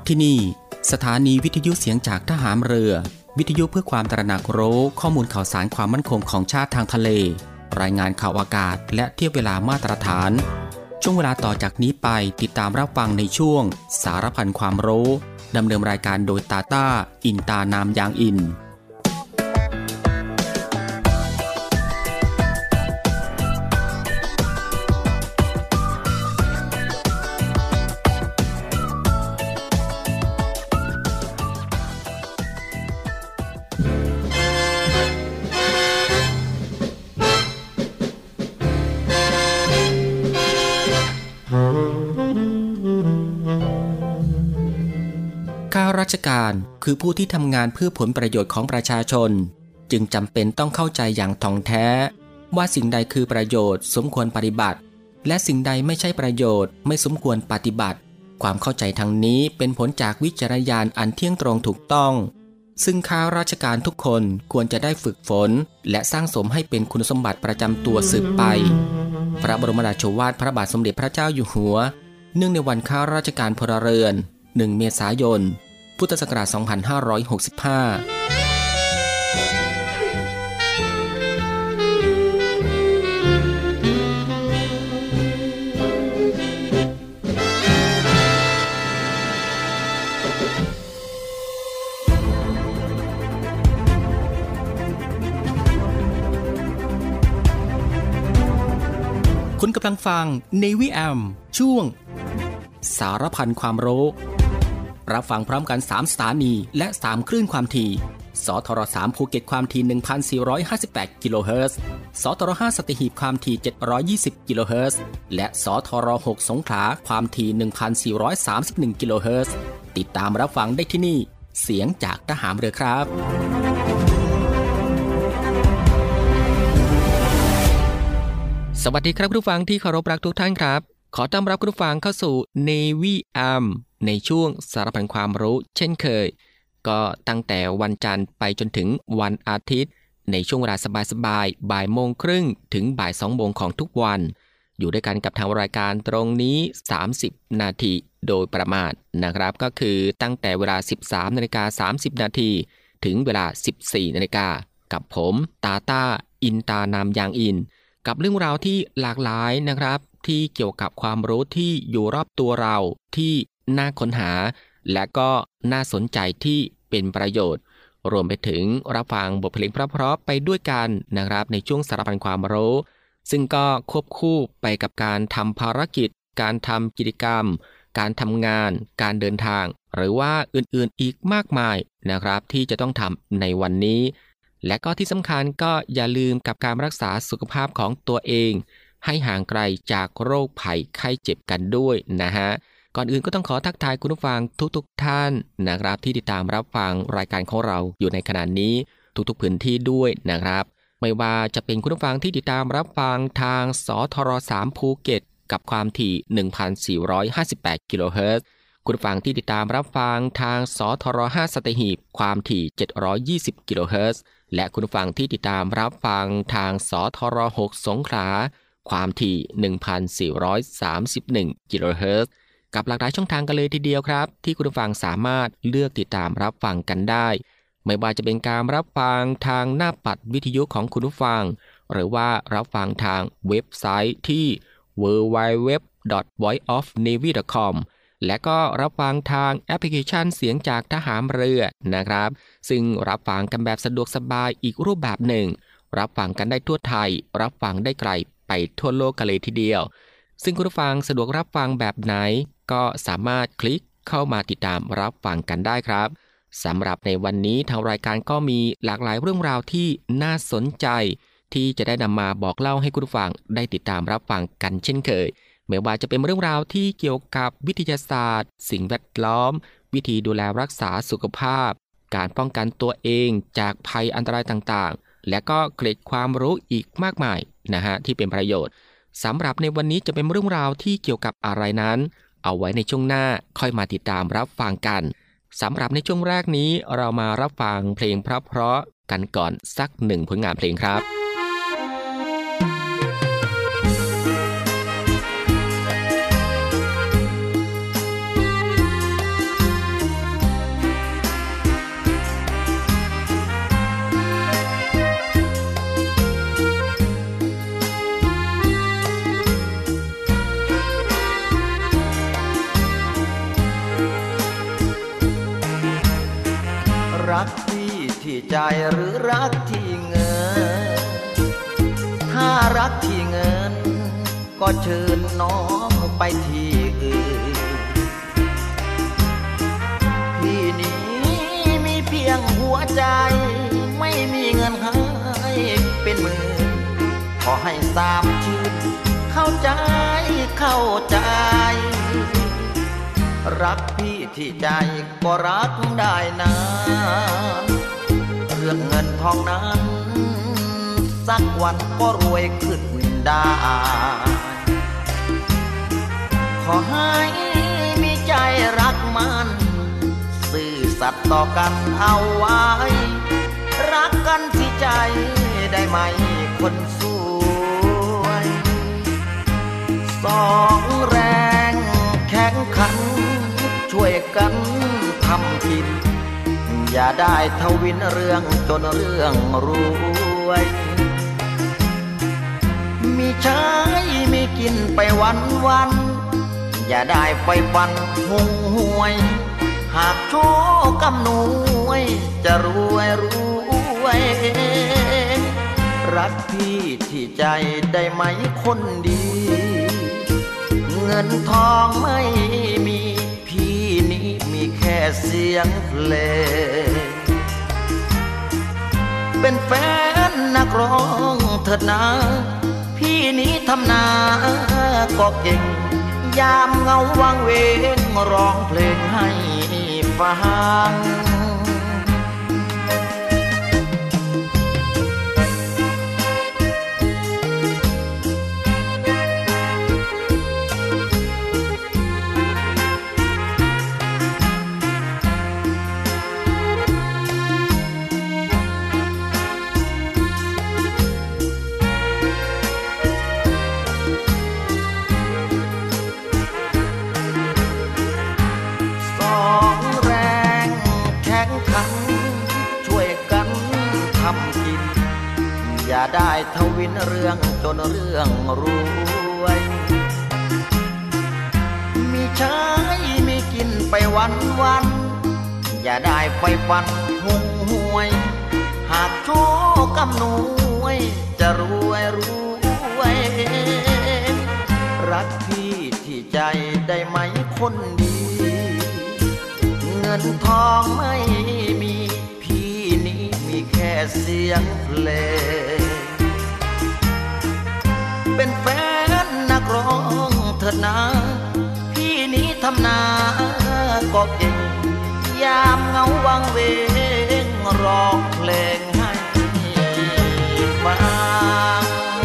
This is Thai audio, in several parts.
ที่นี่สถานีวิทยุเสียงจากทหารเรือวิทยุเพื่อความตระหนักรู้ข้อมูลข่าวสารความมั่นคงของชาติทางทะเลรายงานข่าวอากาศและเทียบเวลามาตรฐานช่วงเวลาต่อจากนี้ไปติดตามรับฟังในช่วงสารพันความรู้ดำเนินรายการโดยตาต้าอินตานามยางอินข้าราชการคือผู้ที่ทำงานเพื่อผลประโยชน์ของประชาชนจึงจำเป็นต้องเข้าใจอย่างถ่องแท้ว่าสิ่งใดคือประโยชน์สมควรปฏิบัติและสิ่งใดไม่ใช่ประโยชน์ไม่สมควรปฏิบัติความเข้าใจทางนี้เป็นผลจากวิจารณญาณอันเที่ยงตรงถูกต้องซึ่งข้าราชการทุกคนควรจะได้ฝึกฝนและสร้างสมให้เป็นคุณสมบัติประจำตัวสืบไปพระบรมราโชวาทพระบาทสมเด็จพระเจ้าอยู่หัวเนื่องในวันข้าราชการพลเรือน1 เมษายนพุทธศักราช 2565 คุณกำลังฟัง Navy AM ช่วงสารพันความรู้รับฟังพร้อมกัน3สถานีและ3คลื่นความถี่สทร3ภูเก็ตความถี่ 1,458 กิโลเฮิรตซ์สทร5สัตหีบความถี่720 กิโลเฮิรตซ์และสทร6สงขลาความถี่ 1,431 กิโลเฮิรตซ์ติดตามรับฟังได้ที่นี่เสียงจากทหารเรือครับสวัสดีครับผู้ฟังที่เคารพรักทุกท่านครับขอต้อนรับผู้ฟังเข้าสู่ Navy AM ในช่วงสารพันความรู้เช่นเคยก็ตั้งแต่วันจันทร์ไปจนถึงวันอาทิตย์ในช่วงเวลาสบายๆบ่ายโมงครึ่งถึงบ่าย2 โมงของทุกวันอยู่ด้วยกันกับทางรายการตรงนี้30 นาทีโดยประมาณนะครับก็คือตั้งแต่เวลา 13:30 นาทีถึงเวลา 14 นาฬิกากับผมตาต้าอินตานามยางอินกับเรื่องราวที่หลากหลายนะครับที่เกี่ยวกับความรู้ที่อยู่รอบตัวเราที่น่าค้นหาและก็น่าสนใจที่เป็นประโยชน์รวมไปถึงรับฟังบทเพลงเพราะๆไปด้วยกันนะครับในช่วงสารพันความรู้ซึ่งก็ควบคู่ไปกับการทำภารกิจการทำกิจกรรมการทำงานการเดินทางหรือว่าอื่นๆอีกมากมายนะครับที่จะต้องทำในวันนี้และก็ที่สำคัญก็อย่าลืมกับการรักษาสุขภาพของตัวเองให้ห่างไกลจากโรคภัยไข้เจ็บกันด้วยนะฮะก่อนอื่นก็ต้องขอทักทายคุณผู้ฟังทุกท่านนะครับที่ติดตามรับฟังรายการของเราอยู่ในขณะนี้ทุกๆพื้นที่ด้วยนะครับไม่ว่าจะเป็นคุณผู้ฟังที่ติดตามรับฟังทางสทร3ภูเก็ตกับความถี่ 1,458 กิโลเฮิรตซ์คุณผู้ฟังที่ติดตามรับฟังทางสทร5สัตหีบความถี่720 กิโลเฮิรตซ์และคุณผู้ฟังที่ติดตามรับฟังทางสทร6สงขลาความถี่ 1,431 กิโลเฮิรตซ์กับหลากหลายช่องทางกันเลยทีเดียวครับที่คุณผู้ฟังสามารถเลือกติดตามรับฟังกันได้ไม่ว่าจะเป็นการรับฟังทางหน้าปัดวิทยุของคุณผู้ฟังหรือว่ารับฟังทางเว็บไซต์ที่ www.voiceofnavy.com และก็รับฟังทางแอปพลิเคชันเสียงจากทหารเรือนะครับซึ่งรับฟังกันแบบสะดวกสบายอีกรูปแบบหนึ่งรับฟังกันได้ทั่วไทยรับฟังได้ไกลไปทั่วโลกกันเลยทีเดียวซึ่งคุณผู้ฟังสะดวกรับฟังแบบไหนก็สามารถคลิกเข้ามาติดตามรับฟังกันได้ครับสำหรับในวันนี้ทางรายการก็มีหลากหลายเรื่องราวที่น่าสนใจที่จะได้นำมาบอกเล่าให้คุณผู้ฟังได้ติดตามรับฟังกันเช่นเคยไม่ว่าจะเป็นเรื่องราวที่เกี่ยวกับวิทยาศาสตร์สิ่งแวดล้อมวิธีดูแลรักษาสุขภาพการป้องกันตัวเองจากภัยอันตรายต่างๆและก็เกร็ดความรู้อีกมากมายนะฮะที่เป็นประโยชน์สำหรับในวันนี้จะเป็นเรื่องราวที่เกี่ยวกับอะไรนั้นเอาไว้ในช่วงหน้าค่อยมาติดตามรับฟังกันสำหรับในช่วงแรกนี้เรามารับฟังเพลงเพราะๆกันก่อนสัก1 ผลงานเพลงครับเหรือรักที่เงินถ้ารักที่เงินก็เชิญน้องไปที่อื่นพี่นี้มีเพียงหัวใจไม่มีเงินให้เป็นหมื่นขอให้สามชื่นเข้าใจรักพี่ที่ใจก็รักได้นานเรื่องเงินทองนั้นสักวันก็รวยขึ้นได้ขอให้มีใจรักมันซื่อสัตย์ต่อกันเอาไว้รักกันที่ใจได้ไหมคนสวยสองแรงแข่งขันช่วยกันทำกินอย่าได้ทวินเรื่องจนเรื่องรวยมีใช้มีกินไปวันอย่าได้ไฟฟันหุงหวยหากโชคกำนวยจะรวยรักพี่ที่ใจได้ไหมคนดีเงินทองไม่มีพี่นี้มีแค่เสียงเพลงเป็นแฟนนักร้องเถิดนะพี่นี้ทำนาก็เก่งยามเงาวังเวงร้องเพลงให้ฟังอย่าได้ทวินเรื่องจนเรื่องรวยมีใช้มีกินไปวันอย่าได้ไฟฟันหุงหวยหากโชคกำนวยจะรวยรักพี่ที่ใจได้ไหมคนดีเงินทองไม่มีพี่นี้มีแค่เสียงเพลงเป็นแฟนนักร้องเถิดนะพี่นี้ทำนาก็เก่งยามเงาวังเวงร้องเพลงให้ฟัง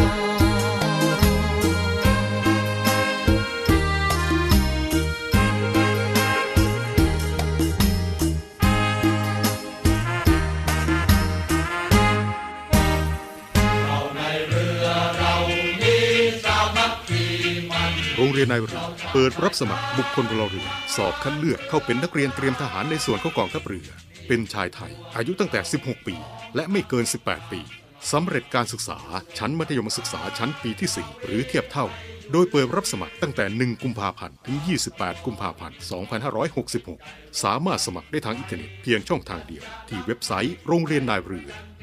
โรงเรียนนายเรือเปิดรับสมัครบุคคลพลเรือนสอบคัดเลือกเข้าเป็นนักเรียนเตรียมทหารในส่วนของกองทัพเรือเป็นชายไทยอายุตั้งแต่16ปีและไม่เกิน18ปีสำเร็จการศึกษาชั้นมัธยมศึกษาชั้นปีที่4หรือเทียบเท่าโดยเปิดรับสมัครตั้งแต่1กุมภาพันธ์ถึง28กุมภาพันธ์2566สามารถสมัครได้ทางอินเทอร์เน็ตเพียงช่องทางเดียวที่เว็บไซต์โรงเรียนนายเรือ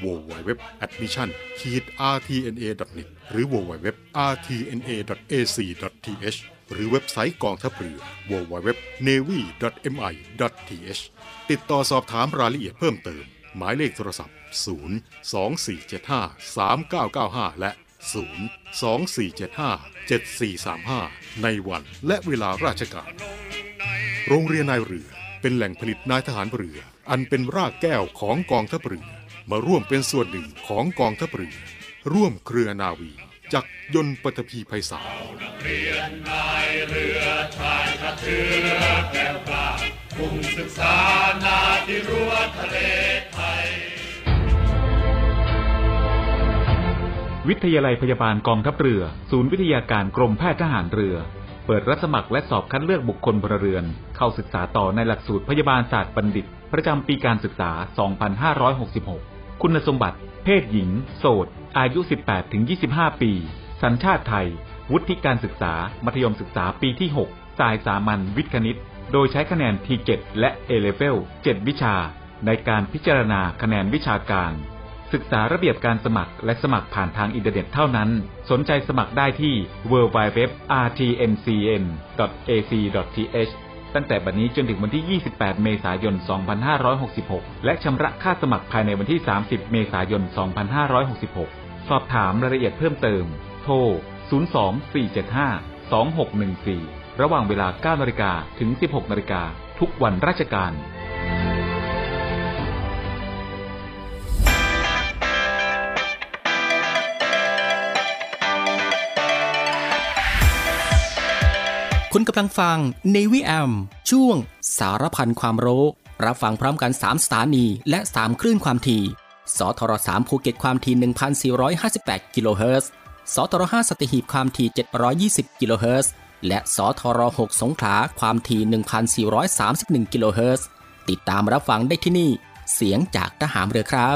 www.admission-rtna.net หรือ www.rtna.ac.th หรือเว็บไซต์กองทัพเรือ www.navy.mi.th ติดต่อสอบถามรายละเอียดเพิ่มเติมหมายเลขโทรศัพท์024753995และ024757435ในวันและเวลาราชการโรงเรียนนายเรือเป็นแหล่งผลิตนายทหารเรืออันเป็นรากแก้วของกองทัพเรือมาร่วมเป็นส่วนหนึ่งของกองทัพเรือร่วมเครือนาวีจักรยนต์ปฐพีไพศาลเรียนนายเรือชายทะเทือแก้วกล้ามุ่งศึกษานาที่รั้วทะเลไทยวิทยาลัยพยาบาลกองทัพเรือศูนย์วิทยาการกรมแพทย์ทหารเรือเปิดรับสมัครและสอบคัดเลือกบุคคลพลเรือนเข้าศึกษาต่อในหลักสูตรพยาบาลศาสตร์บัณฑิตประจำปีการศึกษา 2566 คุณสมบัติเพศหญิงโสดอายุ 18-25 ปีสัญชาติไทยวุฒิการศึกษามัธยมศึกษาปีที่ 6 สายสามัญวิทย์คณิตโดยใช้คะแนน T7 และ A-Level 7 วิชาในการพิจารณาคะแนนวิชาการศึกษาระเบียบการสมัครและสมัครผ่านทางอินเทอร์เน็ตเท่านั้นสนใจสมัครได้ที่ www.rtncn.ac.th ตั้งแต่บัดนี้จนถึงวันที่ 28 เมษายน 2566 และชำระค่าสมัครภายในวันที่ 30 เมษายน 2566 สอบถามรายละเอียดเพิ่มเติมโทร 024752614 ระหว่างเวลา 9 นาฬิกาถึง 16 นาฬิกาทุกวันราชการคุณกำลังฟัง Navy AM ช่วงสารพันความรู้รับฟังพร้อมกัน3สถานีและ3คลื่นความถี่สทร3ภูเก็ตความถี่ 1,458 กิโลเฮิรตซ์สทร5สัตหีบความถี่720 กิโลเฮิรตซ์และสทร6สงขลาความถี่ 1,431 กิโลเฮิรตซ์ติดตามรับฟังได้ที่นี่เสียงจากทหารเรือครับ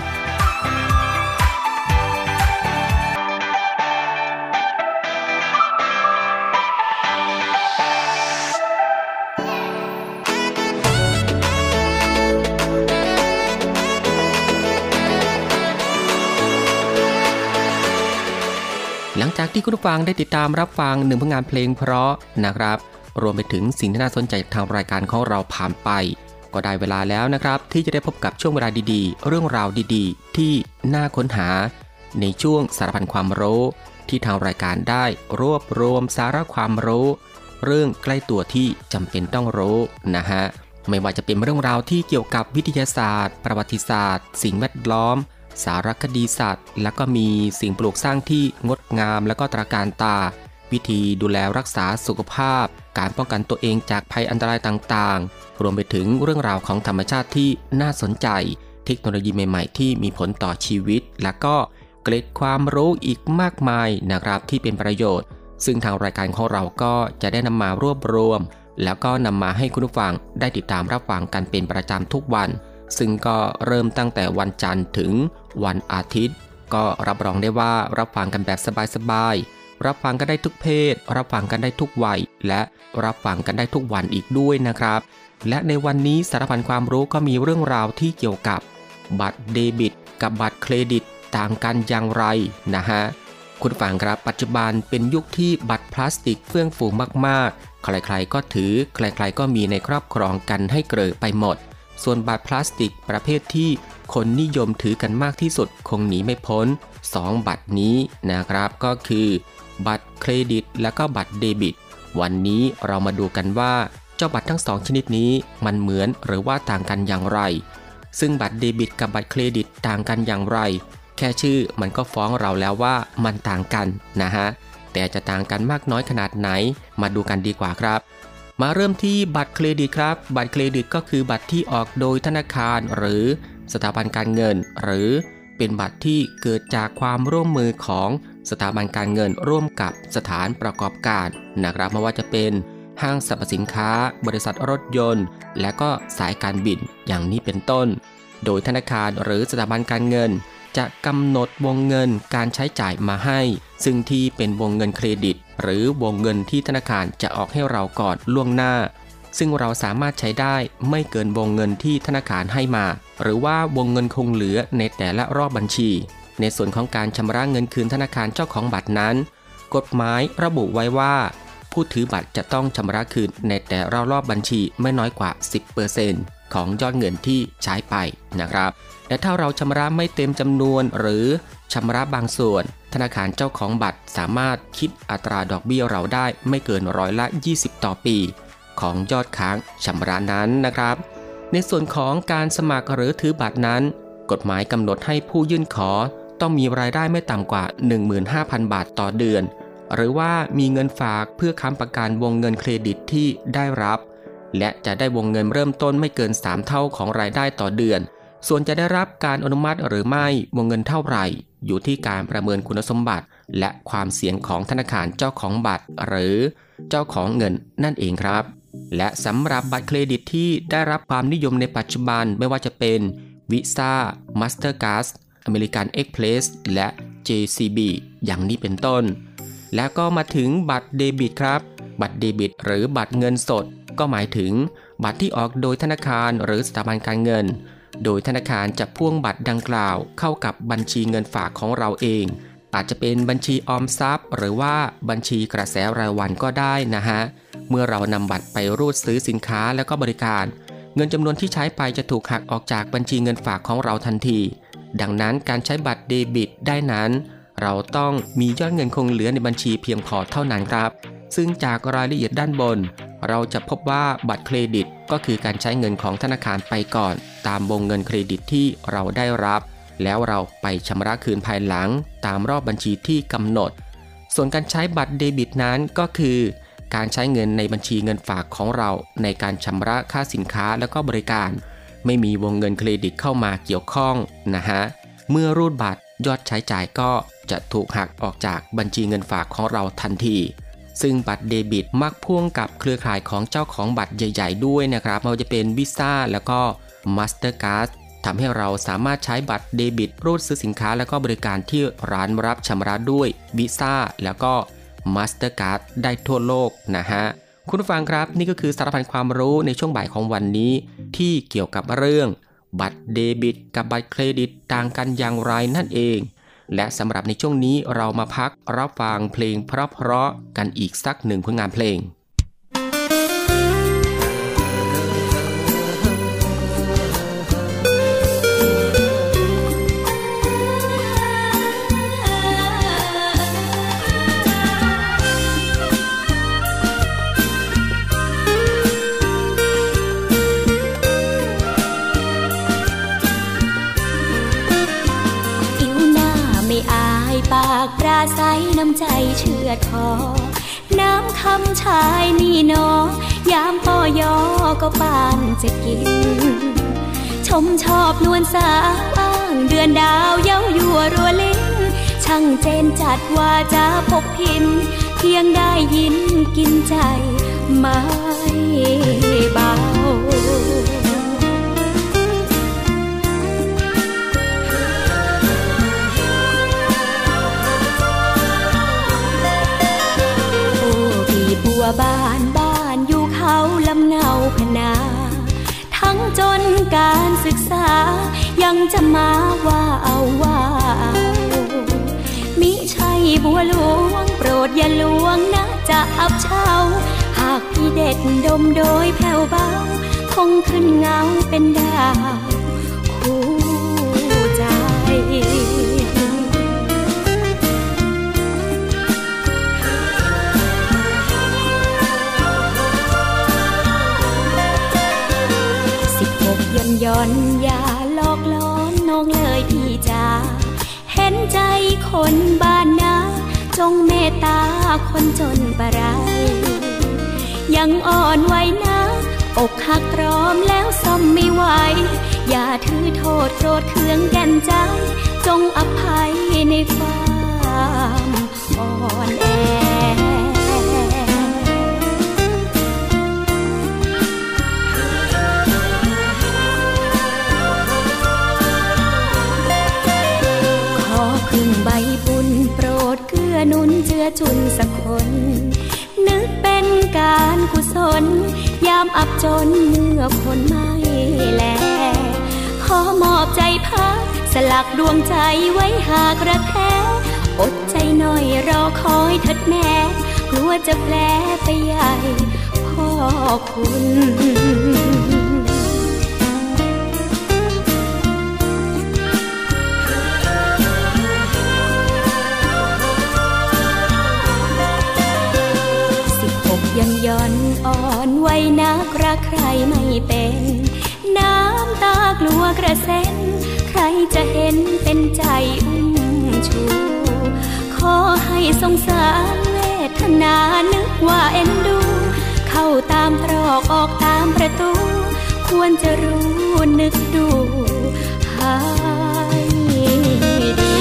หลังจากที่คุณผู้ฟังได้ติดตามรับฟัง1ผลงานเพลงเพราะนะครับรวมไปถึงสิ่งที่น่าสนใจทางรายการของเราผ่านไปก็ได้เวลาแล้วนะครับที่จะได้พบกับช่วงเวลาดีๆเรื่องราวดีๆที่น่าค้นหาในช่วงสารพันความรู้ที่ทางรายการได้รวบรวมสาระความรู้เรื่องใกล้ตัวที่จำเป็นต้องรู้นะฮะไม่ว่าจะเป็นเรื่องราวที่เกี่ยวกับวิทยาศาสตร์ประวัติศาสตร์สิ่งแวดล้อมสารคดีสัตว์แล้วก็มีสิ่งปลูกสร้างที่งดงามแล้วก็ตระการตาวิธีดูแลรักษาสุขภาพการป้องกันตัวเองจากภัยอันตรายต่างๆรวมไปถึงเรื่องราวของธรรมชาติที่น่าสนใจเทคโนโลยีใหม่ๆที่มีผลต่อชีวิตแล้วก็เกร็ดความรู้อีกมากมายนะครับที่เป็นประโยชน์ซึ่งทางรายการของเราก็จะได้นำมารวบรวมแล้วก็นำมาให้คุณผู้ฟังได้ติดตามรับฟังกันเป็นประจำทุกวันซึ่งก็เริ่มตั้งแต่วันจันทร์ถึงวันอาทิตย์ก็รับรองได้ว่ารับฟังกันแบบสบายๆรับฟังกันได้ทุกเพศรับฟังกันได้ทุกวัยและรับฟังกันได้ทุกวันอีกด้วยนะครับและในวันนี้สารพันความรู้ก็มีเรื่องราวที่เกี่ยวกับบัตรเดบิตกับบัตรเครดิตต่างกันอย่างไรนะฮะคุณฟังครับปัจจุบันเป็นยุคที่บัตรพลาสติกเฟื่องฟูมากๆใครๆก็ถือใครๆก็มีในครอบครองกันให้เกลื่อนไปหมดส่วนบัตรพลาสติกประเภทที่คนนิยมถือกันมากที่สุดคงหนีไม่พ้น2บัตรนี้นะครับก็คือบัตรเครดิตและก็บัตรเดบิตวันนี้เรามาดูกันว่าเจ้าบัตรทั้ง2ชนิดนี้มันเหมือนหรือว่าต่างกันอย่างไรซึ่งบัตรเดบิตกับบัตรเครดิตต่างกันอย่างไรแค่ชื่อมันก็ฟ้องเราแล้วว่ามันต่างกันนะฮะแต่จะต่างกันมากน้อยขนาดไหนมาดูกันดีกว่าครับมาเริ่มที่บัตรเครดิตครับบัตรเครดิตก็คือบัตรที่ออกโดยธนาคารหรือสถาบันการเงินหรือเป็นบัตรที่เกิดจากความร่วมมือของสถาบันการเงินร่วมกับสถานประกอบการนะครับไม่ว่าจะเป็นห้างสรรพสินค้าบริษัทรถยนต์และก็สายการบินอย่างนี้เป็นต้นโดยธนาคารหรือสถาบันการเงินจะกำหนดวงเงินการใช้จ่ายมาให้ซึ่งที่เป็นวงเงินเครดิตหรือวงเงินที่ธนาคารจะออกให้เราก่อนล่วงหน้าซึ่งเราสามารถใช้ได้ไม่เกินวงเงินที่ธนาคารให้มาหรือว่าวงเงินคงเหลือในแต่ละรอบบัญชีในส่วนของการชำระเงินคืนธนาคารเจ้าของบัตรนั้นกฎหมายระบุไว้ว่าผู้ถือบัตรจะต้องชำระคืนในแต่ละรอบบัญชีไม่น้อยกว่า 10% ของยอดเงินที่ใช้ไปนะครับและถ้าเราชำระไม่เต็มจำนวนหรือชำระบางส่วนธนาคารเจ้าของบัตรสามารถคิดอัตราดอกเบี้ยเราได้ไม่เกิน20%ต่อปีของยอดค้างชำระนั้นนะครับในส่วนของการสมัครหรือถือบัตรนั้นกฎหมายกำหนดให้ผู้ยื่นขอต้องมีรายได้ไม่ต่ำกว่า 15,000 บาทต่อเดือนหรือว่ามีเงินฝากเพื่อค้ำประกันวงเงินเครดิตที่ได้รับและจะได้วงเงินเริ่มต้นไม่เกิน3เท่าของรายได้ต่อเดือนส่วนจะได้รับการอนุมัติหรือไม่วงเงินเท่าไหร่อยู่ที่การประเมินคุณสมบัติและความเสี่ยงของธนาคารเจ้าของบัตรหรือเจ้าของเงินนั่นเองครับและสำหรับบัตรเครดิตที่ได้รับความนิยมในปัจจุบันไม่ว่าจะเป็น Visa Mastercard American Express และ JCB อย่างนี้เป็นต้นแล้วก็มาถึงบัตรเดบิตครับบัตรเดบิตหรือบัตรเงินสดก็หมายถึงบัตรที่ออกโดยธนาคารหรือสถาบันการเงินโดยธนาคารจะพ่วงบัตรดังกล่าวเข้ากับบัญชีเงินฝากของเราเองอาจจะเป็นบัญชีออมทรัพย์หรือว่าบัญชีกระแสรายวันก็ได้นะฮะเมื่อเรานำบัตรไปรูดซื้อสินค้าและก็บริการเงินจำนวนที่ใช้ไปจะถูกหักออกจากบัญชีเงินฝากของเราทันทีดังนั้นการใช้บัตรเดบิตได้นั้นเราต้องมียอดเงินคงเหลือในบัญชีเพียงพอเท่านั้นครับซึ่งจากรายละเอียดด้านบนเราจะพบว่าบัตรเครดิตก็คือการใช้เงินของธนาคารไปก่อนตามวงเงินเครดิตที่เราได้รับแล้วเราไปชำระคืนภายหลังตามรอบบัญชีที่กำหนดส่วนการใช้บัตรเดบิตนั้นก็คือการใช้เงินในบัญชีเงินฝากของเราในการชำระค่าสินค้าและก็บริการไม่มีวงเงินเครดิตเข้ามาเกี่ยวข้องนะฮะเมื่อรูดบัตรยอดใช้จ่ายก็จะถูกหักออกจากบัญชีเงินฝากของเราทันทีซึ่งบัตรเดบิตมักพ่วงกับเครือข่ายของเจ้าของบัตรใหญ่ๆด้วยนะครับไม่ว่าจะเป็นวีซ่าแล้วก็มาสเตอร์การ์ดทำให้เราสามารถใช้บัตรเดบิตรูดซื้อสินค้าและก็บริการที่ร้านรับชำระด้วยวีซ่าแล้วก็มาสเตอร์การ์ดได้ทั่วโลกนะฮะคุณผู้ฟังครับนี่ก็คือสารพันความรู้ในช่วงบ่ายของวันนี้ที่เกี่ยวกับเรื่องบัตรเดบิตกับบัตรเครดิตต่างกันอย่างไรนั่นเองและสำหรับในช่วงนี้เรามาพักรับฟังเพลงเพราะๆกันอีกสักหนึ่งผลงานเพลงปากปราศัยน้ำใจเชื่อทอน้ำคำชายนี่นอยามพ่อยอก็ปานจะกินชมชอบนวลสางเดือนดาวเย้ายั่วรัวลิ้นช่างเจนจัดว่าจะพกพินเพียงได้ยินกินใจไม่เบาบ้านอยู่เขาลำเนาพนาทั้งจนการศึกษายังจะมาว่าเอามิใช่บัวหลวงโปรดอย่าลวงนะจะอับเฉาหากพี่เด็ดดมโดยแผ่วเบาคงขึ้นเงาเป็นดาวคู่ใจย้อนอย่าหลอกล้อนน้องเลยพี่จ๋าเห็นใจคนบ้านนาจงเมตตาคนจนปะไรยังอ่อนไหวนะอกหักตรอมแล้วซ่อมไม่ไหวอย่าถือโทษโกรธเคืองแก่นใจจงอภัยในความอ่อนแอพึ่งใบบุญโปรดเกื้อหนุนเจือจุนสักคนนึกเป็นการกุศลยามอับจนเมื่อคนไม่แลขอมอบใจพักสลักดวงใจไว้หากรักแท้อดใจหน่อยรอคอยเถิดแม่กลัวจะแปลไปใหญ่พ่อคุณย้อนอ่อนไว้นักรักใครไม่เป็นน้ำตากลัวกระเซ็นใครจะเห็นเป็นใจอุ้มชูขอให้สงสารเวทนานึกว่าเอ็นดูเข้าตามตรอกออกตามประตูควรจะรู้นึกดูให้ดี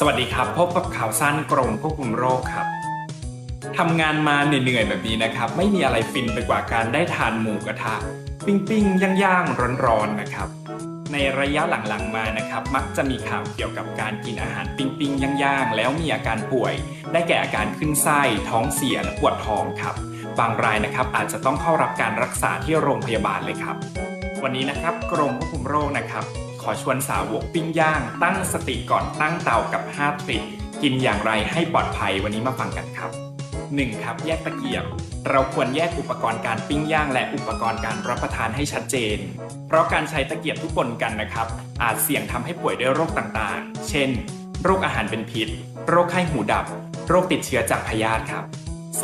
สวัสดีครับพบกับข่าวสั้นกรมควบคุมโรคครับทำงานมาเหนื่อยๆแบบนี้นะครับไม่มีอะไรฟินไปกว่าการได้ทานหมูกระทะปิ้งๆย่างๆร้อนๆนะครับในระยะหลังๆมานะครับมักจะมีข่าวเกี่ยวกับการกินอาหารปิ้งๆย่างๆแล้วมีอาการป่วยได้แก่อาการขึ้นไส้ท้องเสียและปวดท้องครับบางรายนะครับอาจจะต้องเข้ารับการรักษาที่โรงพยาบาลเลยครับวันนี้นะครับกรมควบคุมโรคนะครับขอชวนสาวกปิ้งย่างตั้งสติก่อนตั้งเตากับ5 ทริคกินอย่างไรให้ปลอดภัยวันนี้มาฟังกันครับ 1. ครับแยกตะเกียบเราควรแยกอุปกรณ์การปิ้งย่างและอุปกรณ์การรับประทานให้ชัดเจนเพราะการใช้ตะเกียบที่ปนกันนะครับอาจเสี่ยงทำให้ป่วยด้วยโรคต่างๆเช่นโรคอาหารเป็นพิษโรคไข้หูดับโรคติดเชื้อจากพยาธิครับ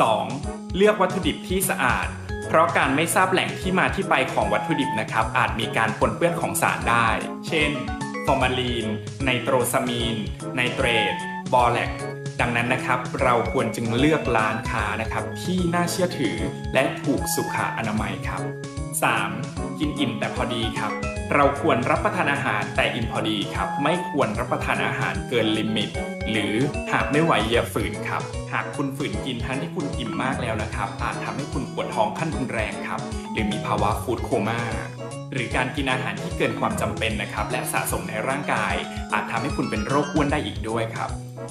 2. เลือกวัตถุดิบที่สะอาดเพราะการไม่ทราบแหล่งที่มาที่ไปของวัตถุดิบนะครับอาจมีการปนเปื้อนของสารได้เช่นฟอร์มาลีนไนโตรซามีนไนเตรตบอแลกดังนั้นนะครับเราควรจึงเลือกร้านค้านะครับที่น่าเชื่อถือและถูกสุขอนามัยครับ 3. กินอิ่มแต่พอดีครับเราควรรับประทานอาหารแต่อิ่มพอดีครับไม่ควรรับประทานอาหารเกินลิมิตหรือหากไม่ไหวอย่าฝืนครับหากคุณฝืนกินทั้งที่คุณอิ่มมากแล้วนะครับอาจทำให้คุณปวดท้องขั้นรุนแรงครับหรือมีภาวะฟู้ดโคม่าหรือการกินอาหารที่เกินความจำเป็นนะครับและสะสมในร่างกายอาจทำให้คุณเป็นโรคอ้วนได้อีกด้วยครับ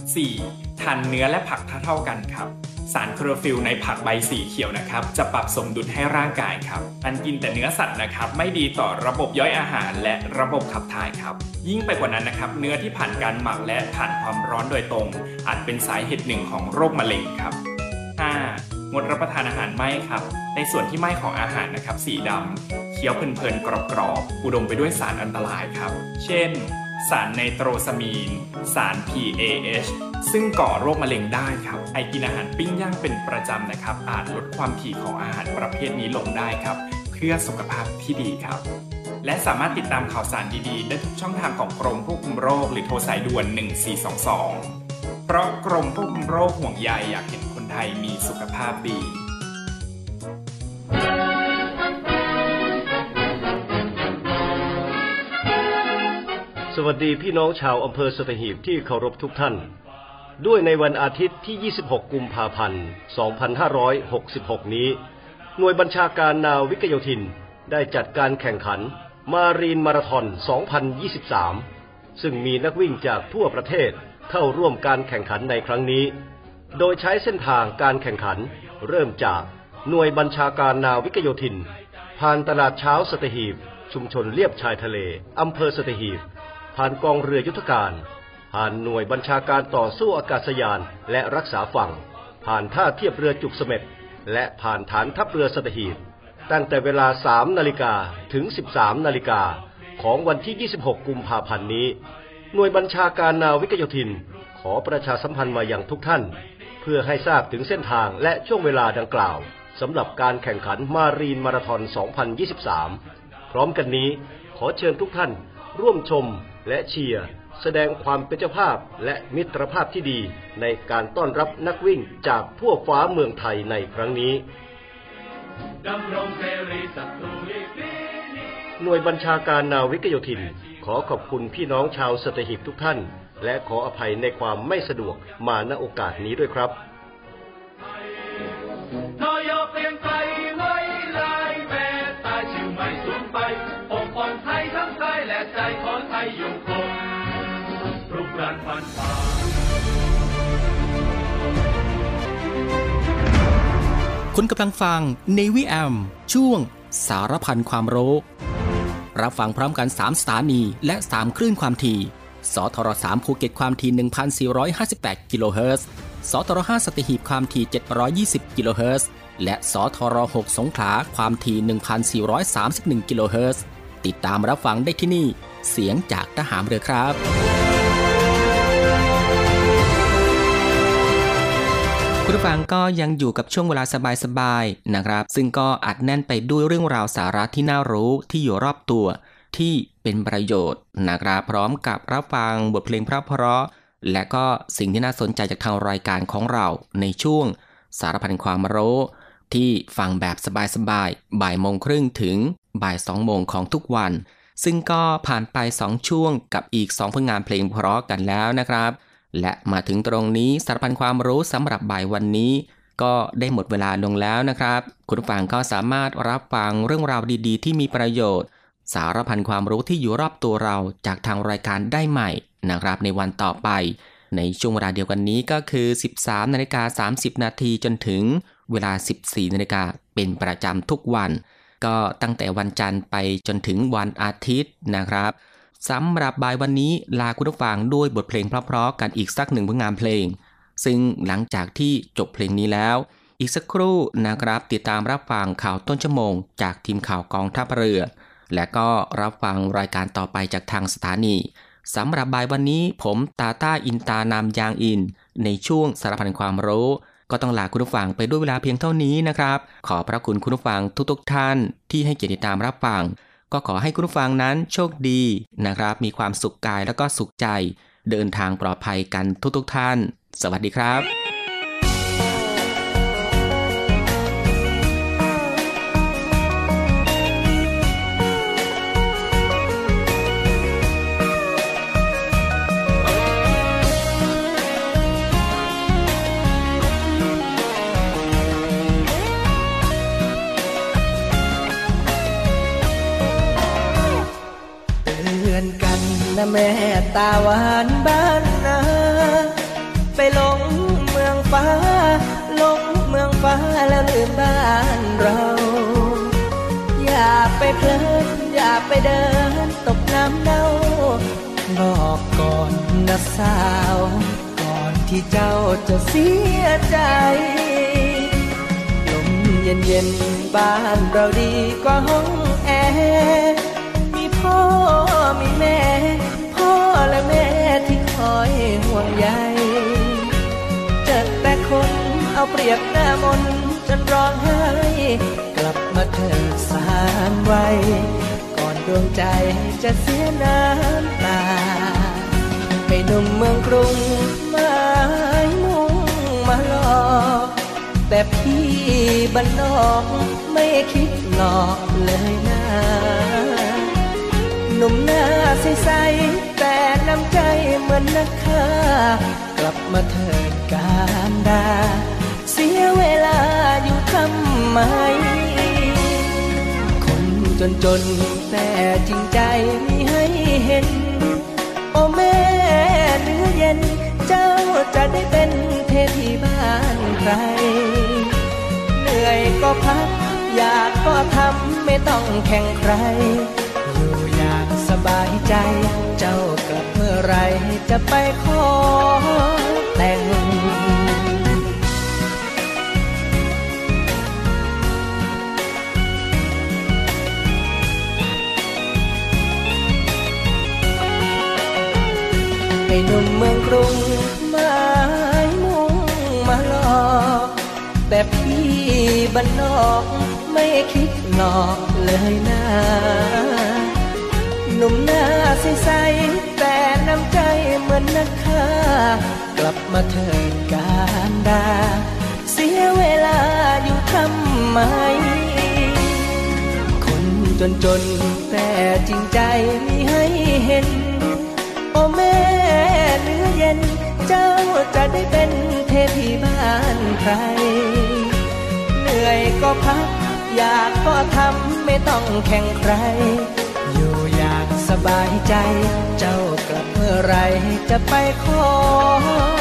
4. ทานเนื้อและผักเท่ากันครับสารคลอโรฟิลในผักใบสีเขียวนะครับจะปรับสมดุลให้ร่างกายครับการกินแต่เนื้อสัตว์นะครับไม่ดีต่อระบบย่อยอาหารและระบบขับถ่ายครับยิ่งไปกว่านั้นนะครับเนื้อที่ผ่านการหมักและผ่านความร้อนโดยตรงอาจเป็นสาเหตุหนึ่งของโรคมะเร็งครับ 5. งดรับประทานอาหารไหม้ครับในส่วนที่ไหม้ของอาหารนะครับสีดำเคี้ยวเพลินๆกรอบๆอุดมไปด้วยสารอันตรายครับเช่นสารไนโตรซามีนสาร PAH ซึ่งก่อโรคมะเร็งได้ครับกินอาหารปิ้งย่างเป็นประจำนะครับอาจลดความถี่ของอาหารประเภทนี้ลงได้ครับเพื่อสุขภาพที่ดีครับและสามารถติดตามข่าวสารดีๆได้ทุกช่องทางของกรมควบคุมโรคหรือโทรสายด่วน1422เพราะกรมควบคุมโรคห่วงใยอยากเห็นคนไทยมีสุขภาพดีสวัสดีพี่น้องชาวอำเภอสัตหีบที่เคารพทุกท่านด้วยในวันอาทิตย์ที่ 26 กุมภาพันธ์ 2566 นี้หน่วยบัญชาการนาวิกโยธินได้จัดการแข่งขันมารีนมาราธอน 2023 ซึ่งมีนักวิ่งจากทั่วประเทศเข้าร่วมการแข่งขันในครั้งนี้โดยใช้เส้นทางการแข่งขันเริ่มจากหน่วยบัญชาการนาวิกโยธินผ่านตลาดเช้าสัตหีบชุมชนเลียบชายทะเลอำเภอสัตหีบผ่านกองเรือยุทธการผ่านหน่วยบัญชาการต่อสู้อากาศยานและรักษาฝั่งผ่านท่าเทียบเรือจุกเสม็ดและผ่านฐานทัพเรือสัตหีบตั้งแต่เวลา 3 นาฬิกาถึง 13 นาฬิกาของวันที่ 26 กุมภาพันธ์นี้หน่วยบัญชาการนาวิกโยธินขอประชาสัมพันธ์มายังทุกท่านเพื่อให้ทราบถึงเส้นทางและช่วงเวลาดังกล่าวสำหรับการแข่งขันมารีนมาราธอน 2023 พร้อมกันนี้ขอเชิญทุกท่านร่วมชมและเชียร์แสดงความเป็นเจ้าภาพและมิตรภาพที่ดีในการต้อนรับนักวิ่งจากทั่วฟ้าเมืองไทยในครั้งนี้หน่วยบัญชาการนาวิกโยธินขอขอบคุณพี่น้องชาวสัตหีบทุกท่านและขออภัยในความไม่สะดวกมาณโอกาสนี้ด้วยครับคุณกำลังฟัง Navy AM ช่วงสารพันความรู้รับฟังพร้อมกัน3สถานีและ3คลื่นความถี่สทร3ภูเก็ตความถี่ 1,458 กิโลเฮิรตซ์สทร5สัตหีบความถี่720 กิโลเฮิรตซ์และสทร6สงขลาความถี่ 1,431 กิโลเฮิรตซ์ติดตามรับฟังได้ที่นี่เสียงจากทหารเรือครับคุณผู้ฟังก็ยังอยู่กับช่วงเวลาสบายๆนะครับซึ่งก็อัดแน่นไปด้วยเรื่องราวสาระที่น่ารู้ที่อยู่รอบตัวที่เป็นประโยชน์นะครับพร้อมกับรับฟังบทเพลงเพราะๆและก็สิ่งที่น่าสนใจจากทางรายการของเราในช่วงสารพันความรู้ที่ฟังแบบสบายๆบ่ายโมงครึ่งถึงบ่าย2โมงของทุกวันซึ่งก็ผ่านไป2ช่วงกับอีก2ผลงานเพลงเพราะกันแล้วนะครับและมาถึงตรงนี้สารพันความรู้สำหรับบ่ายวันนี้ก็ได้หมดเวลาลงแล้วนะครับคุณผู้ฟังก็สามารถรับฟังเรื่องราวดีๆที่มีประโยชน์สารพันความรู้ที่อยู่รอบตัวเราจากทางรายการได้ใหม่นะครับในวันต่อไปในช่วงเวลาเดียวกันนี้ก็คือ 13:30 น.จนถึงเวลา 14:00 น.เป็นประจำทุกวันก็ตั้งแต่วันจันทร์ไปจนถึงวันอาทิตย์นะครับสำหรับบ่ายวันนี้ลาคุณผู้ฟังด้วยบทเพลงเพราะๆกันอีกสักหนึ่งผลงานเพลงซึ่งหลังจากที่จบเพลงนี้แล้วอีกสักครู่นะครับติดตามรับฟังข่าวต้นชั่วโมงจากทีมข่าวกองทัพเรือและก็รับฟังรายการต่อไปจากทางสถานีสำหรับบ่ายวันนี้ผมตาต้าอินตานามยางอินในช่วงสารพันความรู้ก็ต้องลาคุณผู้ฟังไปด้วยเวลาเพียงเท่านี้นะครับขอพระคุณคุณผู้ฟังทุกท่านที่ให้เกียรติติดตามรับฟังก็ขอให้คุณผู้ฟังนั้นโชคดีนะครับมีความสุขกายแล้วก็สุขใจเดินทางปลอดภัยกันทุกท่านสวัสดีครับนะแม่ตาหวานบ้านนาไปหลงเมืองฟ้าหลงเมืองฟ้าแล้วลืมบ้านเราอย่าไปเพลินอย่าไปเดินตกน้ำเน่าบอกก่อนนะสาวก่อนที่เจ้าจะเสียใจลมเย็นๆบ้านเราดีกว่าห้องแอร์มีพ่อมีแม่พ่อและแม่ที่คอยห่วงใยเจอแต่คนเอาเปรียบหน้ามนจนร้องไห้กลับมาเถิดสามวัยก่อนดวงใจจะเสียน้ำตาให้หนุ่มเมืองกรุงหมายมุ่งมาหลอกแต่พี่บ้านนอกไม่คิดหลอกเลยนะหนุ่มหน้าใสๆแต่น้ำใจเหมือนนักฆ่ากลับมาเถิดการดาเสียเวลาอยู่ทำไมคนจนแต่จริงใจมีให้เห็นโอ้แม่เนื้อเย็นเจ้าจะได้เป็นเทพีบ้านใครเหนื่อยก็พักอยากก็ทำไม่ต้องแข่งใครสบายใจเจ้ากลับเมื่อไรจะไปขอแต่งให้หนุ่มเมืองกรุงหมายมุ่งมาหลอกแต่พี่บ้านนอกไม่คิดหลอกเลยนะหนุ่มหน้าใสๆแต่น้ำใจเหมือนนักฆ่ากลับมาเถิดการดาเสียเวลาอยู่ทำไมคนจนแต่จริงใจมีให้เห็นโอ้แม่เนื้อเย็นเจ้าจะได้เป็นเทพีบ้านใครเหนื่อยก็พักอยากก็ทำไม่ต้องแข่งใครอยู่อย่างสบายใจเจ้ากลับเมื่อไรจะไปขอ